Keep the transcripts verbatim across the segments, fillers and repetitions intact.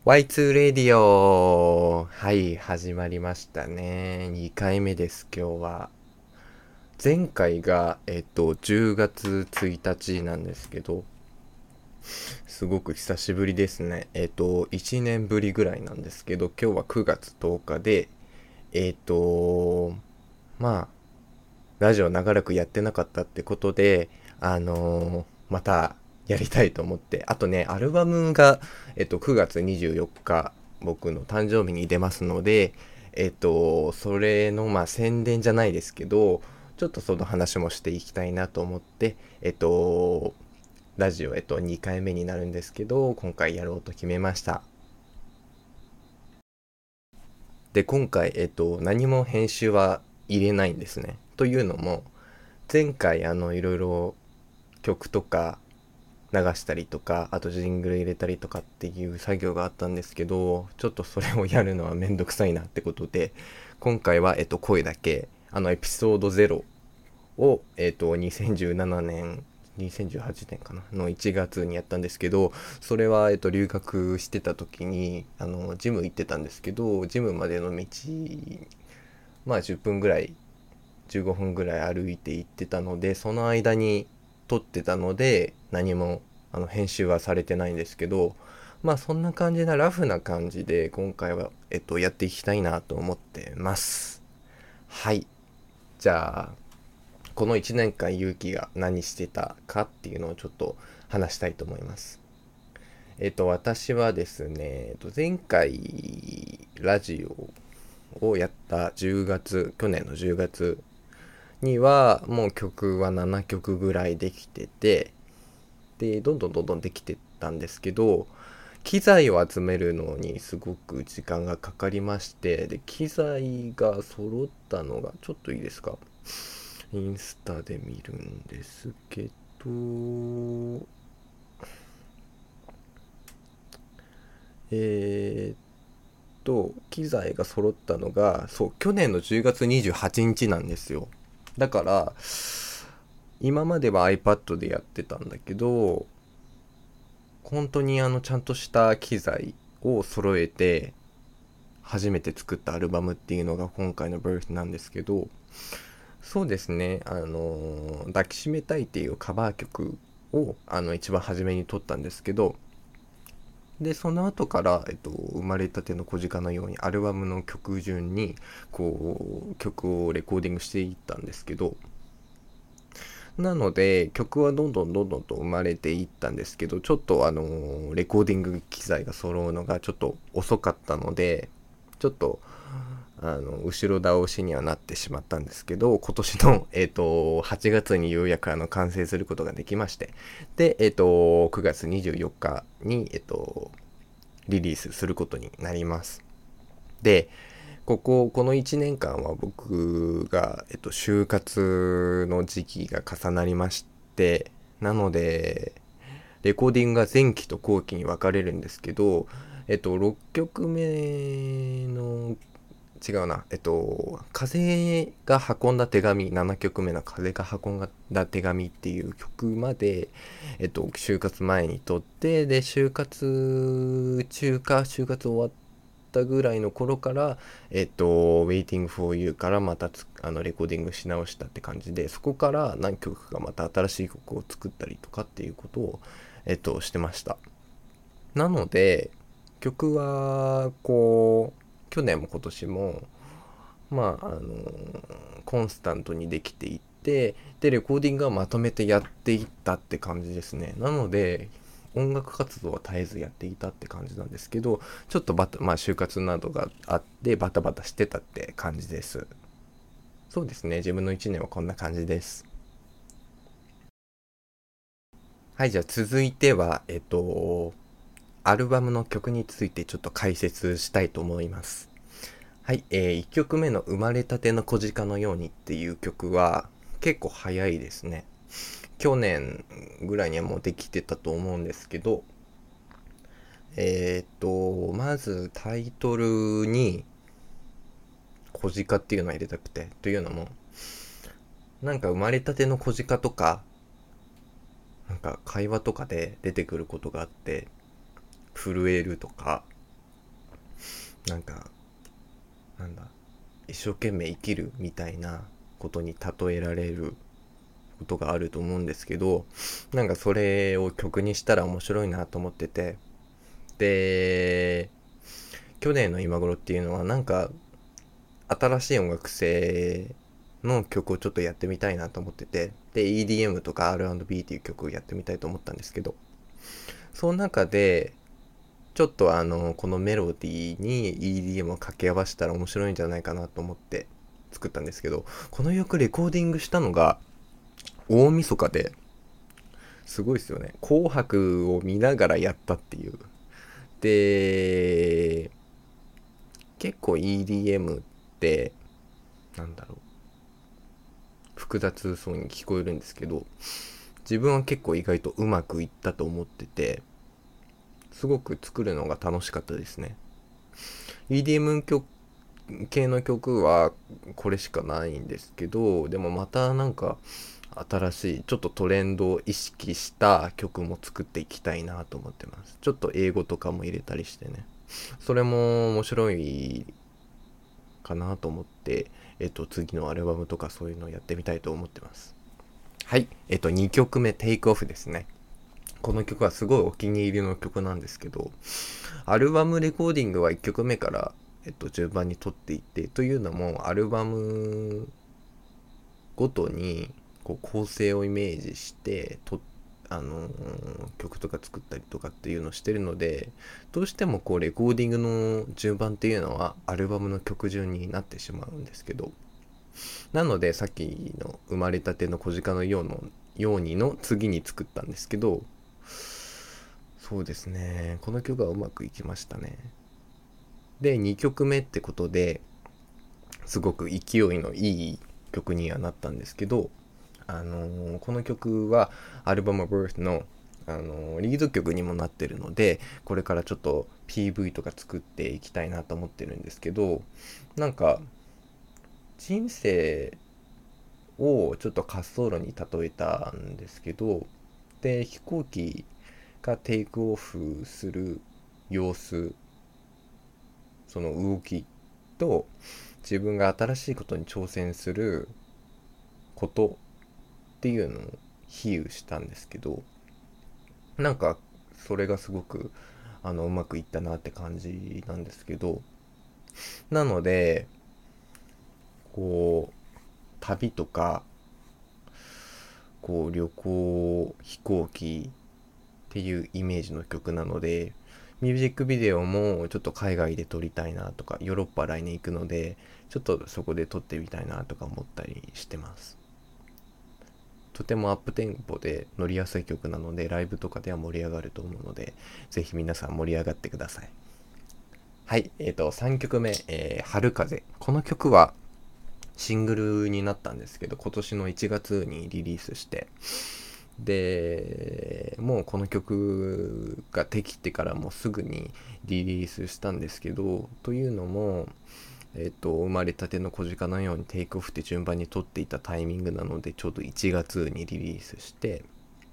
ワイツー レディオ。はい、始まりましたね。にかいめです、今日は。前回が、えっと、じゅうがつついたちなんですけど、すごく久しぶりですね。えっと、いちねんぶりぐらいなんですけど、今日はくがつとおかで、えっと、まあ、ラジオ長らくやってなかったってことで、あのーまたやりたいと思って、あとね、アルバムが、えっと、くがつにじゅうよっか、僕の誕生日に出ますので、えっと、それの、まあ、宣伝じゃないですけど、ちょっとその話もしていきたいなと思って、えっと、ラジオ、えっと、にかいめになるんですけど、今回やろうと決めました。で、今回、えっと、何も編集は入れないんですね。というのも、前回、あの、いろいろ曲とか流したりとか、あとジングル入れたりとかっていう作業があったんですけど、ちょっとそれをやるのはめんどくさいなってことで、今回は、えっと、声だけ、あの、エピソードゼロを、えっと、にせんじゅうななねん、にせんじゅうはちねんかなのいちがつにやったんですけど、それは、えっと、留学してた時に、あの、ジム行ってたんですけど、ジムまでの道、まあじゅっぷんぐらい、じゅうごふんぐらい歩いて行ってたので、その間に撮ってたので、何もあの編集はされてないんですけど、まあそんな感じなラフな感じで今回は、えっと、やっていきたいなと思ってます。はい。じゃあ、このいちねんかん勇気が何してたかっていうのをちょっと話したいと思います。えっと、私はですね、えっと、前回ラジオをやったじゅうがつ、去年のじゅうがつにはもう曲はななきょくぐらいできてて、でどんどんどんどんできてったんですけど、機材を集めるのにすごく時間がかかりまして、で機材が揃ったのが、ちょっといいですか、インスタで見るんですけど、えーっと機材が揃ったのが、そう、去年のじゅうがつにじゅうはちにちなんですよ。だから今までは iPad でやってたんだけど、本当にあのちゃんとした機材を揃えて初めて作ったアルバムっていうのが今回の Birth なんですけど、そうですね、あの抱きしめたいっていうカバー曲をあの一番初めに撮ったんですけど、でその後から、えっと、生まれたての小鹿のようにアルバムの曲順にこう曲をレコーディングしていったんですけど、なので曲はどんどんどんどんと生まれていったんですけど、ちょっとあのレコーディング機材が揃うのがちょっと遅かったので、ちょっとあの後ろ倒しにはなってしまったんですけど、今年の、えー、とはちがつにようやくあの完成することができまして、で、えー、とくがつにじゅうよっかに、えー、とリリースすることになります。で、ここ、このいちねんかんは僕が、えっと、就活の時期が重なりまして、なので、レコーディングが前期と後期に分かれるんですけど、えっと、ろっきょくめの、違うな、えっと、風が運んだ手紙、ななきょくめの風が運んだ手紙っていう曲まで、えっと、就活前に撮って、で、就活中か、就活終わったぐらいの頃から、えっと、Waiting for You からまたつあのレコーディングし直したって感じで、そこから何曲かまた新しい曲を作ったりとかっていうことを、えっと、してました。なので、曲は、こう、去年も今年も、まあ、あの、コンスタントにできていって、で、レコーディングはまとめてやっていったって感じですね。なので、音楽活動は絶えずやっていたって感じなんですけど、ちょっとバタ、まあ、就活などがあって、バタバタしてたって感じです。そうですね、自分のいちねんはこんな感じです。はい、じゃあ続いては、えっと、アルバムの曲についてちょっと解説したいと思います。はい、えー、いっきょくめの生まれたての小鹿のようにっていう曲は結構早いですね。去年ぐらいにはもうできてたと思うんですけど、えーっと、まずタイトルに小鹿っていうのを入れたくて、というのも、なんか生まれたての小鹿とか、なんか会話とかで出てくることがあって、震えるとか、 なんかなんだ一生懸命生きるみたいなことに例えられることがあると思うんですけど、なんかそれを曲にしたら面白いなと思ってて、で去年の今頃っていうのはなんか新しい音楽性の曲をちょっとやってみたいなと思ってて、で イーディーエム とか アールアンドビー っていう曲をやってみたいと思ったんですけど、その中でちょっとあのこのメロディーに イーディーエム を掛け合わせたら面白いんじゃないかなと思って作ったんですけど、この曲レコーディングしたのが大晦日で、すごいですよね。紅白を見ながらやったっていう。で結構 イーディーエム ってなんだろう複雑そうに聞こえるんですけど、自分は結構意外とうまくいったと思ってて、すごく作るのが楽しかったですね。 イーディーエム 曲系の曲はこれしかないんですけど、でもまたなんか新しいちょっとトレンドを意識した曲も作っていきたいなと思ってます。ちょっと英語とかも入れたりしてね、それも面白いかなと思って、えっと次のアルバムとかそういうのをやってみたいと思ってます。はい、えっとにきょくめテイクオフですね。この曲はすごいお気に入りの曲なんですけど、アルバムレコーディングはいっきょくめから、えっと、順番に撮っていって、というのもアルバムごとにこう構成をイメージしてとあのー曲とか作ったりとかっていうのをしてるので、どうしてもこうレコーディングの順番っていうのはアルバムの曲順になってしまうんですけど、なのでさっきの生まれたての小鹿のようのようにの次に作ったんですけど、そうですね、この曲はうまくいきましたね。でにきょくめってことですごく勢いのいい曲にはなったんですけど、あのーこの曲はアルバム Birth の、あのーリード曲にもなってるので、これからちょっと ピーブイ とか作っていきたいなと思ってるんですけど、なんか人生をちょっと滑走路に例えたんですけど、で飛行機がテイクオフする様子、その動きと自分が新しいことに挑戦することっていうのを比喩したんですけど、なんかそれがすごくあのうまくいったなって感じなんですけど、なのでこう旅とかこう旅行飛行機っていうイメージの曲なので、ミュージックビデオもちょっと海外で撮りたいなとか、ヨーロッパ来年行くのでちょっとそこで撮ってみたいなとか思ったりしてます。とてもアップテンポで乗りやすい曲なので、ライブとかでは盛り上がると思うので、ぜひ皆さん盛り上がってください。はい、えっ、ー、とさんきょくめ、えー、春風。この曲はシングルになったんですけど、今年のいちがつにリリースして、でもうこの曲ができてからもうすぐにリリースしたんですけど、というのもえっと生まれたての小鹿のようにテイクオフって順番に撮っていたタイミングなので、ちょうどいちがつにリリースして、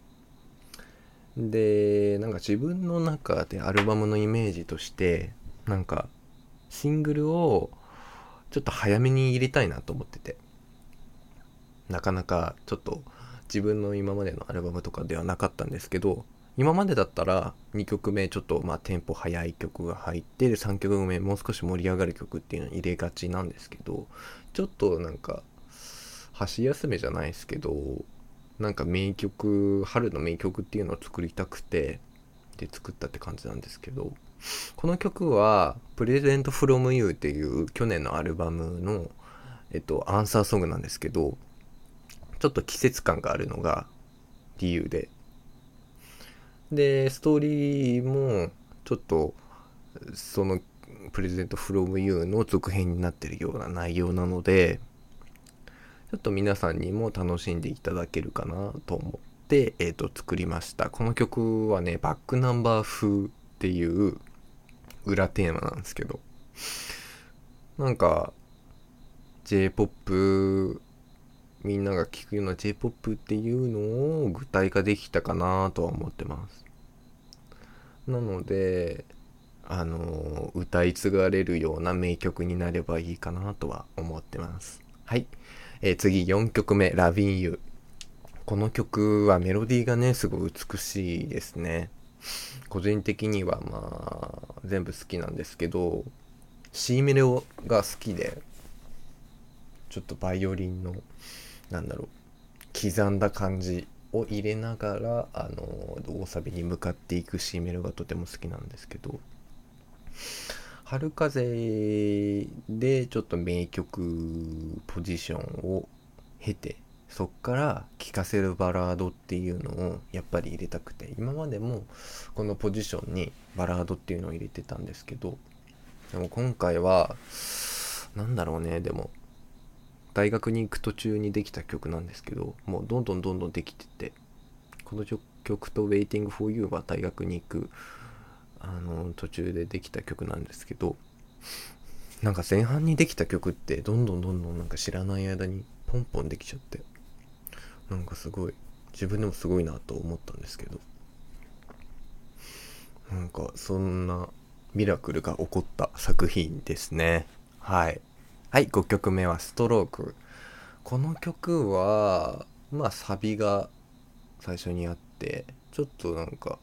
でなんか自分の中でアルバムのイメージとして、なんかシングルをちょっと早めに入れたいなと思ってて、なかなかちょっと自分の今までのアルバムとかではなかったんですけど、今までだったらにきょくめちょっとまあテンポ速い曲が入って、さんきょくめもう少し盛り上がる曲っていうのを入れがちなんですけど、ちょっとなんか箸休めじゃないですけど、なんか名曲、春の名曲っていうのを作りたくてで作ったって感じなんですけど、この曲はプレゼントフロムユーっていう去年のアルバムのえっとアンサーソングなんですけど、ちょっと季節感があるのが理由で、でストーリーもちょっとそのプレゼントフロムユーの続編になってるような内容なので、ちょっと皆さんにも楽しんでいただけるかなと思って、えー、と作りました。この曲はね、バックナンバー風っていう裏テーマなんですけど、なんか J-ジェイポップ、みんなが聴くような J-ジェイポップ っていうのを具体化できたかなとは思ってます。なのであの歌い継がれるような名曲になればいいかなとは思ってます。はい、えー、次よんきょくめ、ラビンユ。この曲はメロディーがねすごい美しいですね。個人的にはまあ全部好きなんですけど、 C メロが好きで、ちょっとバイオリンのなんだろう刻んだ感じを入れながら、あの大サビに向かっていく C メロがとても好きなんですけど、春風でちょっと名曲ポジションを経て、そっから聴かせるバラードっていうのをやっぱり入れたくて、今までもこのポジションにバラードっていうのを入れてたんですけど、でも今回はなんだろうね、でも大学に行く途中にできた曲なんですけど、もうどんどんどんどんできてて、この曲と Waiting for You は大学に行くあの途中でできた曲なんですけど、なんか前半にできた曲ってどんどんどんどんなんか知らない間にポンポンできちゃって、なんかすごい自分でもすごいなと思ったんですけど、なんかそんなミラクルが起こった作品ですね。はい。はい、ごきょくめはストローク。この曲はまあサビが最初にあって、ちょっとなんか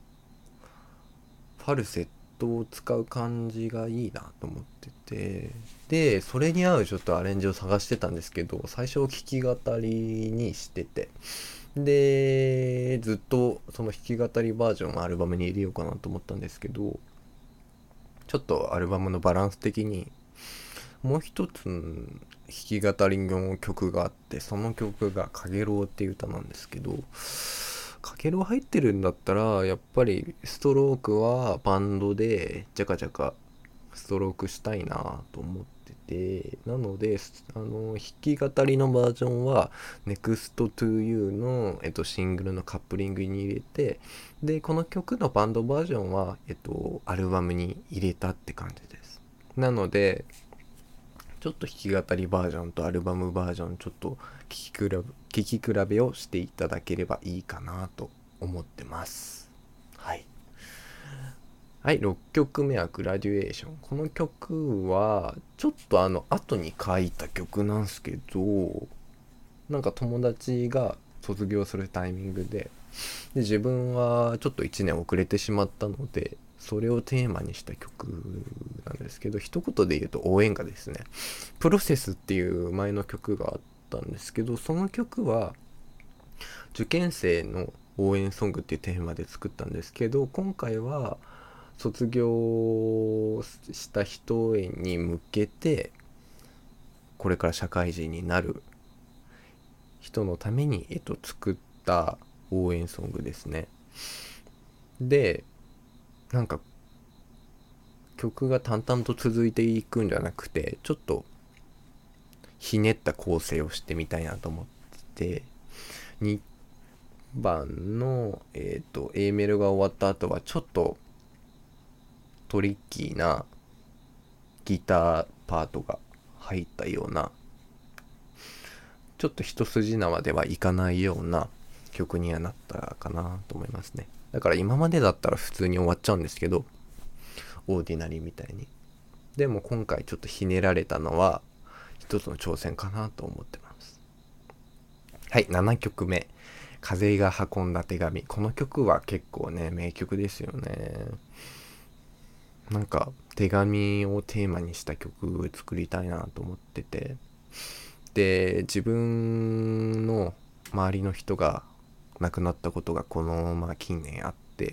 ファルセットを使う感じがいいなと思ってて、でそれに合うちょっとアレンジを探してたんですけど、最初弾き語りにしてて、でずっとその弾き語りバージョンをアルバムに入れようかなと思ったんですけど、ちょっとアルバムのバランス的にもう一つ弾き語りの曲があって、その曲が「かげろう」っていう歌なんですけど、かけろ入ってるんだったらやっぱりストロークはバンドでジャカジャカストロークしたいなと思ってて、なのであの弾き語りのバージョンは Next to You の、えっと、シングルのカップリングに入れて、でこの曲のバンドバージョンは、えっと、アルバムに入れたって感じです。なのでちょっと弾き語りバージョンとアルバムバージョンちょっと聴き比べ、聴き比べをしていただければいいかなと思ってます。はい。はい、ろっきょくめはグラデュエーション。この曲はちょっとあの後に書いた曲なんすけど、なんか友達が卒業するタイミングで、で自分はちょっといちねん遅れてしまったので、それをテーマにした曲なんですけど、一言で言うと応援歌ですね。プロセスっていう前の曲があったんですけど、その曲は受験生の応援ソングっていうテーマで作ったんですけど、今回は卒業した人に向けて、これから社会人になる人のために、えっと、作った応援ソングですね。でなんか曲が淡々と続いていくんじゃなくて、ちょっとひねった構成をしてみたいなと思ってて、にばんの、えーと、A メロが終わった後はちょっとトリッキーなギターパートが入ったような、ちょっと一筋縄ではいかないような曲にはなったかなと思いますね。だから今までだったら普通に終わっちゃうんですけど、オーディナリーみたいに。でも今回ちょっとひねられたのは一つの挑戦かなと思ってます。はい、ななきょくめ、風が運んだ手紙。この曲は結構ね名曲ですよね。なんか手紙をテーマにした曲を作りたいなと思ってて、で自分の周りの人が亡くなったことがこのまあ近年あって、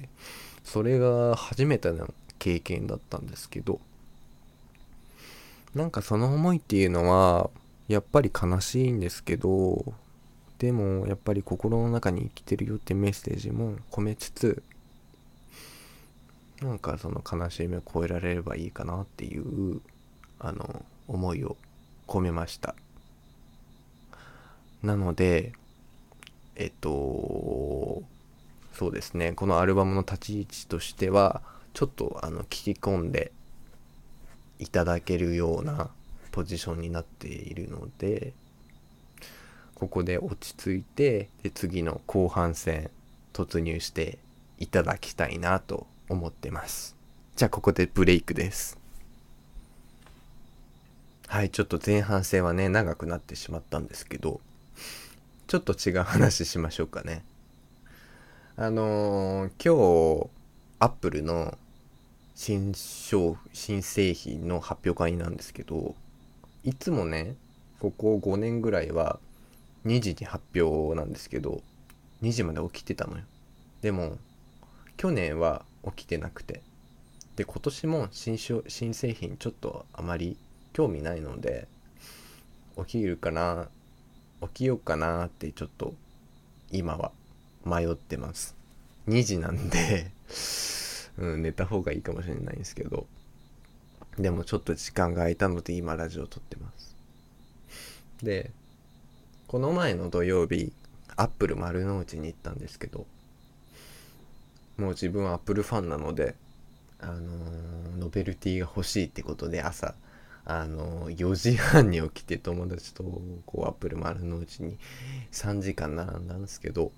それが初めての経験だったんですけど、なんかその思いっていうのはやっぱり悲しいんですけど、でもやっぱり心の中に生きてるよってメッセージも込めつつ、なんかその悲しみを超えられればいいかなっていうあの思いを込めました。なのでえっとそうですね、このアルバムの立ち位置としてはちょっとあの聞き込んでいただけるようなポジションになっているので、ここで落ち着いて、で次の後半戦突入していただきたいなと思ってます。 じゃあここでブレイクです。はい、ちょっと前半戦はね長くなってしまったんですけど、ちょっと違う話しましょうかね。あのー、今日アップルの新商新製品の発表会なんですけど、いつもねここごねんぐらいはにじに発表なんですけど、にじまで起きてたのよ。でも去年は起きてなくて、で今年も新商新製品ちょっとあまり興味ないので、起きるかな起きようかなってちょっと今は迷ってます。にじなんでうん、寝た方がいいかもしれないんですけど、でもちょっと時間が空いたので今ラジオ撮ってます。でこの前の土曜日アップル丸の内に行ったんですけど、もう自分はアップルファンなので、あのーノベルティが欲しいってことで朝あのーよじはんに起きて友達とこうアップル丸の内にさんじかん並んだんですけど、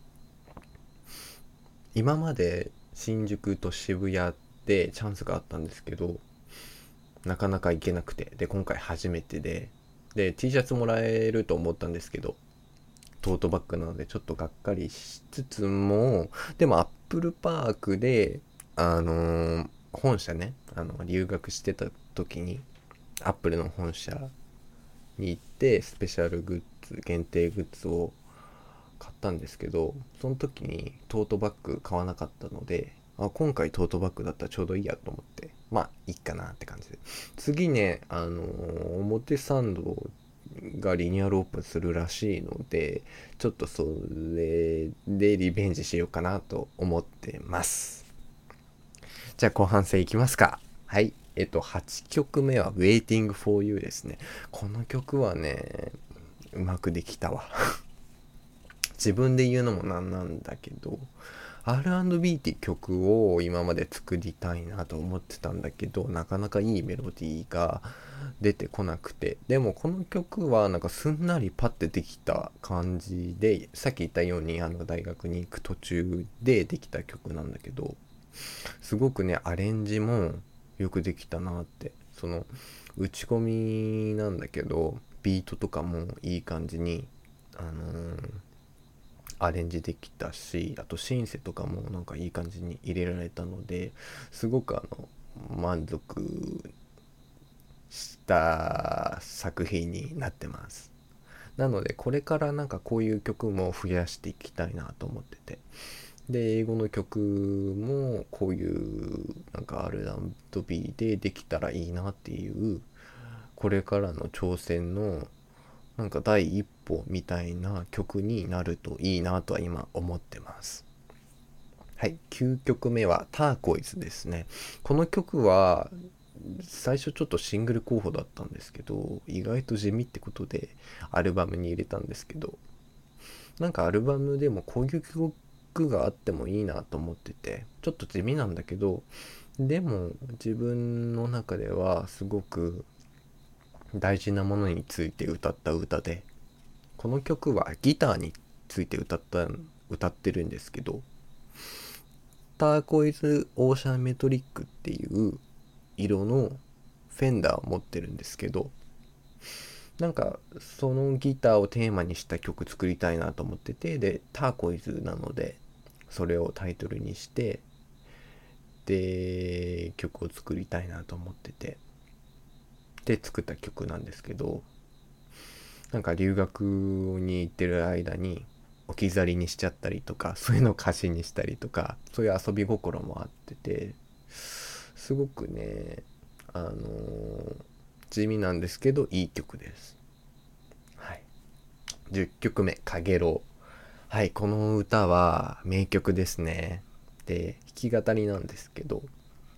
今まで新宿と渋谷でチャンスがあったんですけど、なかなか行けなくて、で今回初めてで、で T シャツもらえると思ったんですけど、トートバッグなのでちょっとがっかりしつつも、でもアップルパークであのー本社ね、あの留学してた時にアップルの本社に行ってスペシャルグッズ限定グッズを買ったんですけど、その時にトートバッグ買わなかったので、あ今回トートバッグだったらちょうどいいやと思って、まあいいかなって感じで、次ねあのー表参道がリニューアルオープンするらしいので、ちょっとそれでリベンジしようかなと思ってます。じゃあ後半戦いきますか。はい、えっとはちきょくめは Waiting for You ですね。この曲はねうまくできたわ自分で言うのもなんなんだけど、 アールアンドビー っていう曲を今まで作りたいなと思ってたんだけど、なかなかいいメロディーが出てこなくて、でもこの曲はなんかすんなりパッてできた感じで、さっき言ったようにあの大学に行く途中でできた曲なんだけど、すごくねアレンジもよくできたなって、その打ち込みなんだけどビートとかもいい感じにあのーアレンジできたし、あとシンセとかもなんかいい感じに入れられたので、すごくあの満足した作品になってます。なのでこれからなんかこういう曲も増やしていきたいなと思ってて、で英語の曲もこういうなんか アールアンドビー でできたらいいなっていう、これからの挑戦のなんか第一歩みたいな曲になるといいなとは今思ってます。はい、きゅうきょくめはターコイズですね。この曲は最初ちょっとシングル候補だったんですけど、意外と地味ってことでアルバムに入れたんですけど、なんかアルバムでもこういう曲があってもいいなと思ってて、ちょっと地味なんだけど、でも自分の中ではすごく大事なものについて歌った歌で、この曲はギターについて歌った歌ってるんですけど、ターコイズオーシャンメトリックっていう色のフェンダーを持ってるんですけど、なんかそのギターをテーマにした曲作りたいなと思ってて、でターコイズなのでそれをタイトルにしてで曲を作りたいなと思ってて、で作った曲なんですけど、なんか留学に行ってる間に置き去りにしちゃったりとか、そういうのを歌詞にしたりとか、そういう遊び心もあってて、すごくねあのー地味なんですけどいい曲です。はい、じゅっきょくめかげろう。はい、この歌は名曲ですね。で弾き語りなんですけど、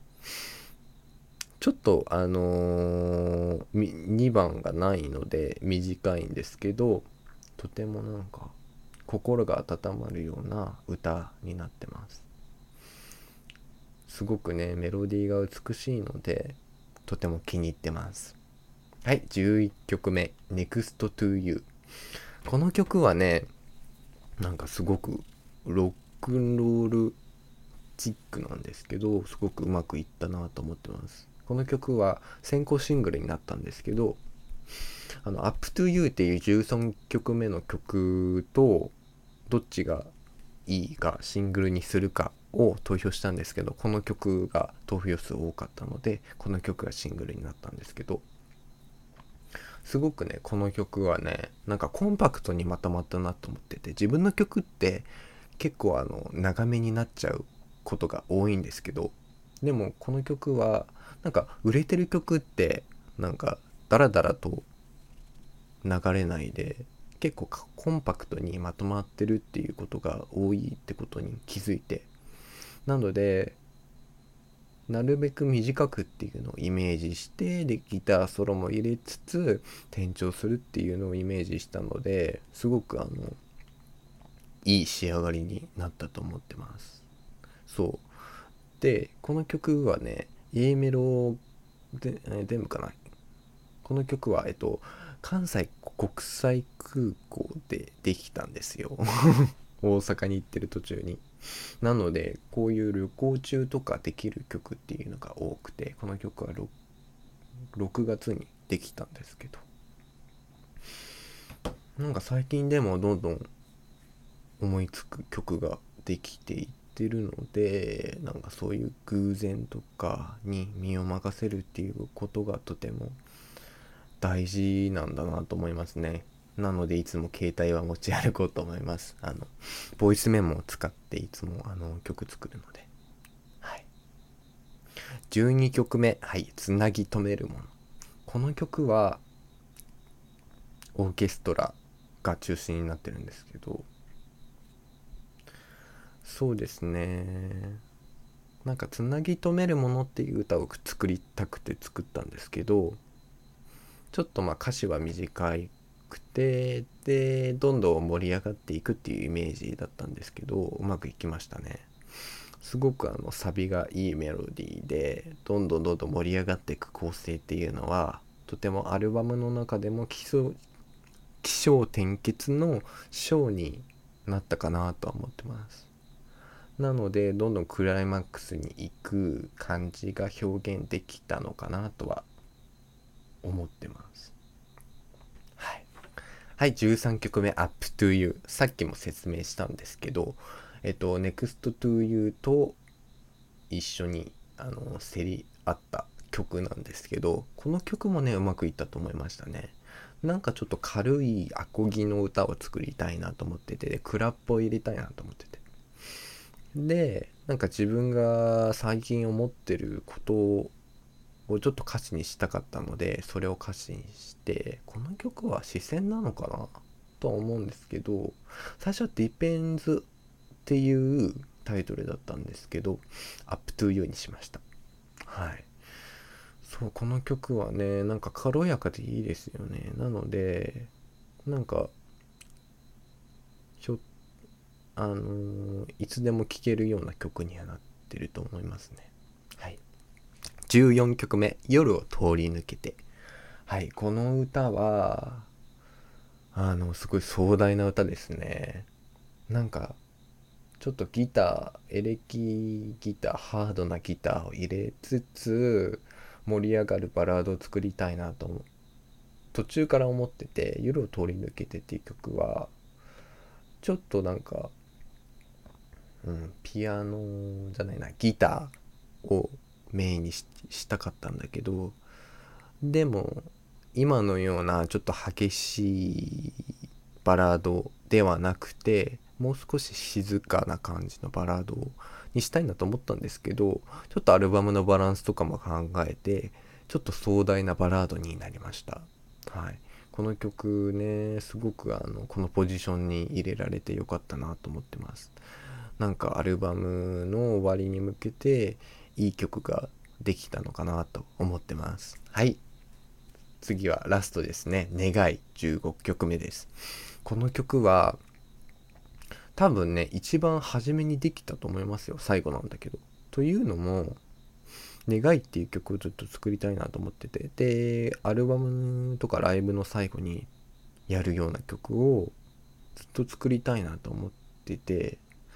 ちょっとあのー、にばんがないので短いんですけど、とてもなんか心が温まるような歌になってます。すごくねメロディーが美しいのでとても気に入ってます。はい、じゅういっきょくめ Next to You。 この曲はねなんかすごくロックンロールチックなんですけど、すごくうまくいったなと思ってます。この曲は先行シングルになったんですけど、あの Up to You っていうじゅうさんきょくめの曲とどっちがいいかシングルにするかを投票したんですけど、この曲が投票数多かったのでこの曲がシングルになったんですけど、すごくねこの曲はねなんかコンパクトにまとまったなと思ってて、自分の曲って結構あの長めになっちゃうことが多いんですけど、でもこの曲はなんか売れてる曲ってなんかダラダラと流れないで結構コンパクトにまとまってるっていうことが多いってことに気づいて、なのでなるべく短くっていうのをイメージして、でギターソロも入れつつ転調するっていうのをイメージしたので、すごくあのいい仕上がりになったと思ってます。そうでこの曲はね A メロで全部かな。この曲はえっと関西国際空港でできたんですよ大阪に行ってる途中に。なのでこういう旅行中とかできる曲っていうのが多くて、この曲は 6, ろくがつにできたんですけど、なんか最近でもどんどん思いつく曲ができていってるので、なんかそういう偶然とかに身を任せるっていうことがとても大事なんだなと思いますね。なのでいつも携帯は持ち歩こうと思います。あのボイスメモを使っていつもあの曲作るので。はい。じゅうにきょくめ、はい、つなぎ止めるもの。この曲はオーケストラが中心になってるんですけど、そうですね。なんかつなぎ止めるものっていう歌を作りたくて作ったんですけど、ちょっとまあ歌詞は短くて、でどんどん盛り上がっていくっていうイメージだったんですけど、うまくいきましたね。すごくあのサビがいいメロディーで、どんどんどんどん盛り上がっていく構成っていうのはとてもアルバムの中でも起承起承転結の章になったかなとは思ってます。なのでどんどんクライマックスに行く感じが表現できたのかなとは思ってます。はい、はい、じゅうさんきょくめ Up to You、 さっきも説明したんですけど、えっと Next to You と一緒にあの競り合った曲なんですけど、この曲もねうまくいったと思いましたね。なんかちょっと軽いアコギの歌を作りたいなと思ってて、クラップを入れたいなと思ってて、でなんか自分が最近思ってることをちょっと歌詞にしたかったので、それを歌詞にして、この曲は視線なのかなとは思うんですけど、最初は Depends っていうタイトルだったんですけど Up to You にしました。はい。そう、この曲はねなんか軽やかでいいですよね。なのでなんかひょあのーいつでも聴けるような曲にはなってると思いますね。はい。じゅうよんきょくめ、夜を通り抜けて。はい、この歌はあのすごい壮大な歌ですね。なんかちょっとギター、エレキギター、ハードなギターを入れつつ盛り上がるバラードを作りたいなと途中から思ってて、夜を通り抜けてっていう曲はちょっとなんか、うん、ピアノじゃないな、ギターをメインに し, したかったんだけど、でも今のようなちょっと激しいバラードではなくて、もう少し静かな感じのバラードにしたいなと思ったんですけど、ちょっとアルバムのバランスとかも考えてちょっと壮大なバラードになりました。はい、この曲ねすごくあのこのポジションに入れられてよかったなと思ってます。なんかアルバムの終わりに向けていい曲ができたのかなと思ってます。はい、次はラストですね。願いじゅうごきょくめです。この曲は多分ね一番初めにできたと思いますよ。最後なんだけど。というのも願いっていう曲をずっと作りたいなと思ってて、でアルバムとかライブの最後にやるような曲をずっと作りたいなと思ってて、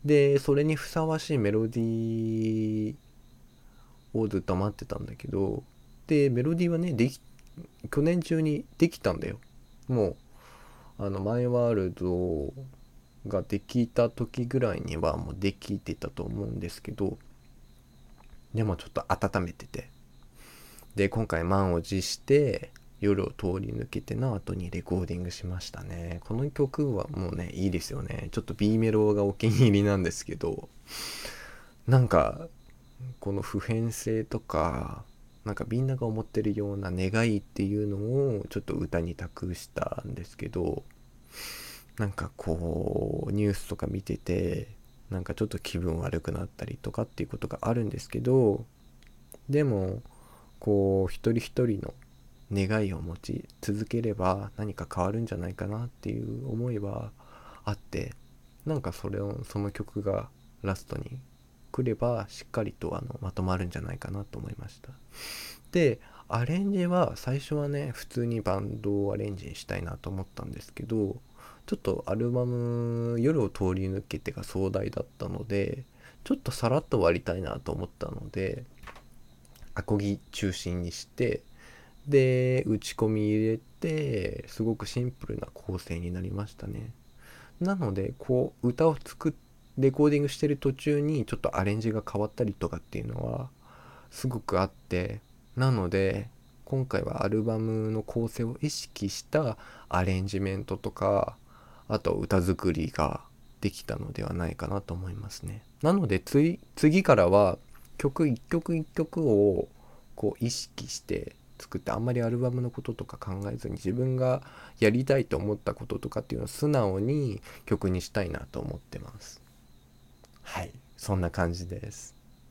でそれにふさわしいメロディーをずっと待ってたんだけど、でメロディーはねでき去年中にできたんだよ。もうあのマイワールドができた時ぐらいにはもうできてたと思うんですけど、でもちょっと温めてて、で今回満を持して夜を通り抜けての後にレコーディングしましたね。この曲はもうねいいですよね。ちょっと B メロがお気に入りなんですけど、なんかこの普遍性とか、なんかみんなが思ってるような願いっていうのをちょっと歌に託したんですけど、なんかこうニュースとか見ててなんかちょっと気分悪くなったりとかっていうことがあるんですけど、でもこう一人一人の願いを持ち続ければ何か変わるんじゃないかなっていう思いはあって、なんかそれをその曲がラストに来ればしっかりとあのまとまるんじゃないかなと思いました。でアレンジは最初はね普通にバンドをアレンジしたいなと思ったんですけど、ちょっとアルバム夜を通り抜けてが壮大だったのでちょっとさらっと終わりたいなと思ったのでアコギ中心にして、で打ち込み入れてすごくシンプルな構成になりましたね。なのでこう歌を作っレコーディングしてる途中にちょっとアレンジが変わったりとかっていうのはすごくあって、なので今回はアルバムの構成を意識したアレンジメントとか、あと歌作りができたのではないかなと思いますね。なのでつ次からは曲一曲一曲をこう意識して作って、あんまりアルバムのこととか考えずに自分がやりたいと思ったこととかっていうのを素直に曲にしたいなと思ってます。はい、そんな感じです。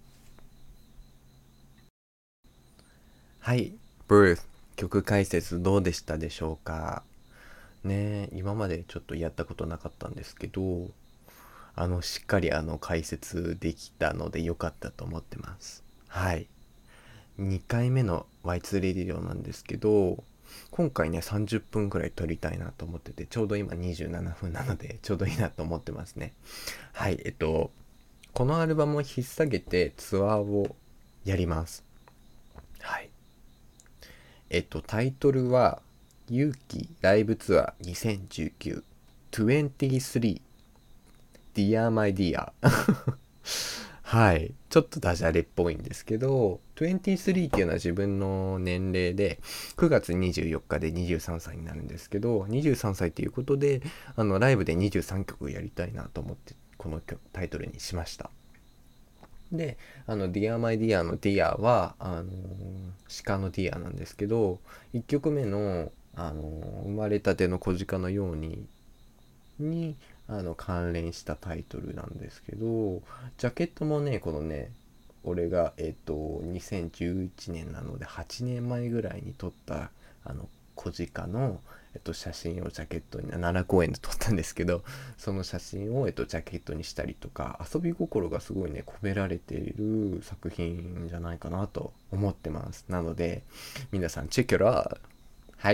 はい、ブルース曲解説どうでしたでしょうかね。今までちょっとやったことなかったんですけど、あのしっかりあの解説できたので良かったと思ってます。はい、にかいめの ワイツー レディオなんですけど、今回ねさんじゅっぷんくらい撮りたいなと思ってて、ちょうど今にじゅうななふんなのでちょうどいいなと思ってますね。はい、えっとこのアルバムを引っ提げてツアーをやります。はい、えっとタイトルは勇気ライブツアーにせんじゅうきゅう にじゅうさん Dear My Dear はい、ちょっとダジャレっぽいんですけど、にじゅうさんっていうのは自分の年齢で、くがつにじゅうよっかでにじゅうさんさいになるんですけど、にじゅうさんさいということであのライブでにじゅうさんきょくやりたいなと思ってこのタイトルにしました。で、あの Dear My Dear の Dear はあのー鹿の Dear なんですけど、いっきょくめの、あのー生まれたての小鹿のようににあの関連したタイトルなんですけど、ジャケットもねこのね俺がえっとにせんじゅういちねんなのではちねんまえぐらいに撮ったあの小鹿の、えっと、写真をジャケットに奈良公園で撮ったんですけど、その写真を、えっと、ジャケットにしたりとか、遊び心がすごいね込められている作品じゃないかなと思ってます。なので皆さんチェックラー。はい、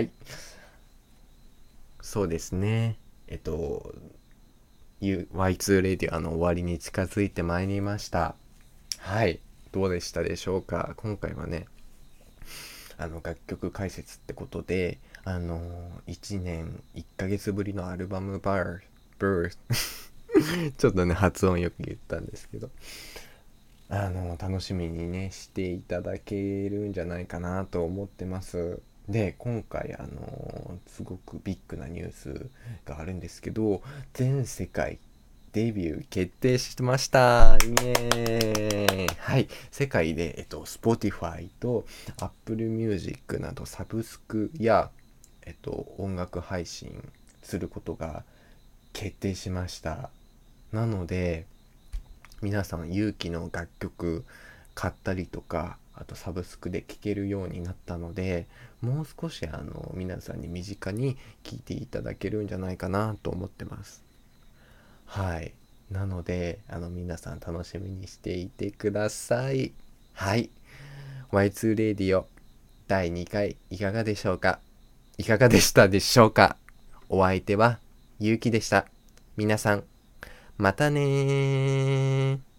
そうですね。えっと ワイツー レディオの終わりに近づいてまいりました。はい、どうでしたでしょうか。今回はねあの楽曲解説ってことで、あのいちねんいっかげつぶりのアルバムバーブーちょっとね発音よく言ったんですけど、あの楽しみにねしていただけるんじゃないかなと思ってます。で今回あのすごくビッグなニュースがあるんですけど、全世界デビュー決定しました。イエーイ。はい、世界で、えっと、Spotify と Apple Music などサブスクや、えっと、音楽配信することが決定しました。なので皆さん勇気の楽曲買ったりとか、あとサブスクで聴けるようになったので、もう少しあの皆さんに身近に聴いていただけるんじゃないかなと思ってます。はい、なのであの皆さん楽しみにしていてください。はい、 ワイツー レディオだいにかいいかがでしょうか。いかがでしたでしょうか。お相手はゆうきでした。皆さんまたねー。